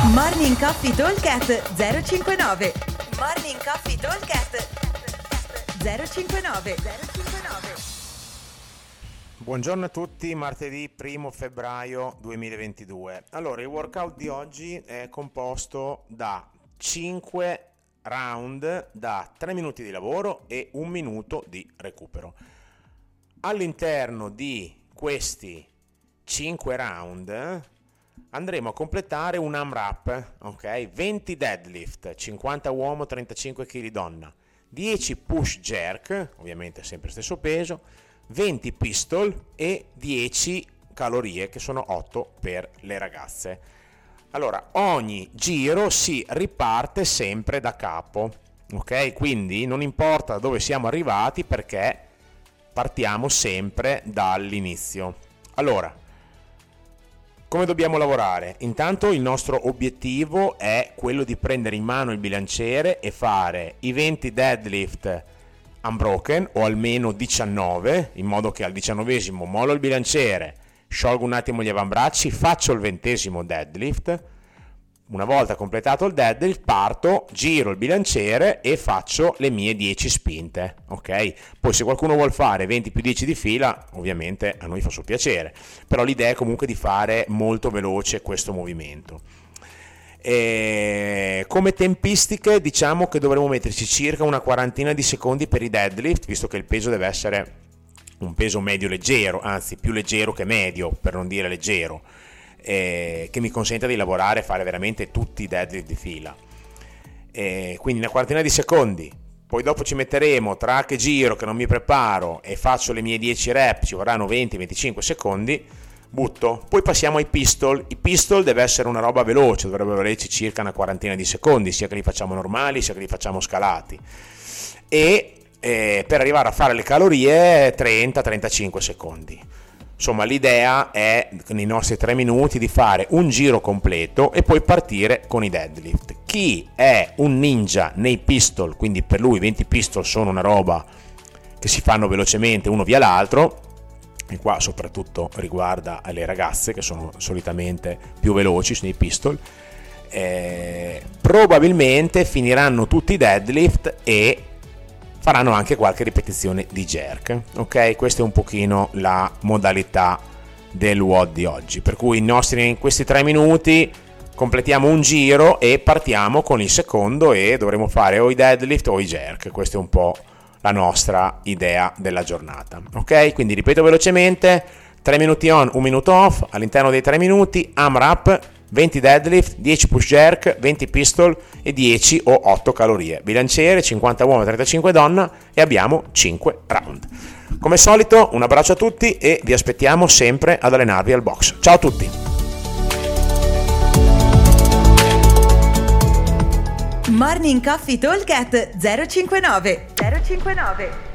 Morning Coffee Talkcast 059. Morning Coffee Talkcast 059. Buongiorno a tutti, martedì 1 febbraio 2022. Allora, il workout di oggi è composto da 5 round da 3 minuti di lavoro e 1 minuto di recupero. All'interno di questi 5 round andremo a completare un AMRAP, ok? 20 deadlift, 50 uomo, 35 kg donna, 10 push jerk, ovviamente sempre stesso peso, 20 pistol e 10 calorie, che sono 8 per le ragazze. Allora, ogni giro si riparte sempre da capo, ok? Quindi non importa dove siamo arrivati, perché partiamo sempre dall'inizio. Allora, come dobbiamo lavorare? Intanto il nostro obiettivo è quello di prendere in mano il bilanciere e fare i 20 deadlift unbroken, o almeno 19, in modo che al 19esimo mollo il bilanciere, sciolgo un attimo gli avambracci, faccio il 20esimo deadlift. Una volta completato il deadlift parto, giro il bilanciere e faccio le mie 10 spinte, ok? Poi se qualcuno vuol fare 20 più 10 di fila, ovviamente a noi fa solo piacere, però l'idea è comunque di fare molto veloce questo movimento. E come tempistiche diciamo che dovremo metterci circa una quarantina di secondi per i deadlift, visto che il peso deve essere un peso medio leggero, anzi più leggero che medio, per non dire leggero, che mi consenta di lavorare e fare veramente tutti i deadlift di fila. Quindi una quarantina di secondi, poi dopo ci metteremo tra che giro, che non mi preparo, e faccio le mie 10 rep, ci vorranno 20-25 secondi, butto, poi passiamo ai pistol. I pistol deve essere una roba veloce, dovrebbe averci circa una quarantina di secondi, sia che li facciamo normali sia che li facciamo scalati, e per arrivare a fare le calorie 30-35 secondi. Insomma, l'idea è nei nostri 3 minuti di fare un giro completo e poi partire con i deadlift. Chi è un ninja nei pistol, quindi per lui 20 pistol sono una roba che si fanno velocemente uno via l'altro, e qua soprattutto riguarda le ragazze che sono solitamente più veloci nei pistol, probabilmente finiranno tutti i deadlift e faranno anche qualche ripetizione di jerk, ok? Questa è un pochino la modalità del WOD di oggi, per cui in questi 3 minuti completiamo un giro e partiamo con il secondo, e dovremo fare o i deadlift o i jerk. Questa è un po' la nostra idea della giornata, ok? Quindi ripeto velocemente: 3 minuti on, 1 minuto off. All'interno dei 3 minuti AMRAP, 20 deadlift, 10 push jerk, 20 pistol e 10 o 8 calorie. Bilanciere, 50 uomo, 35 donna, e abbiamo 5 round. Come solito un abbraccio a tutti e vi aspettiamo sempre ad allenarvi al box. Ciao a tutti! Morning Coffee Talkcast 059.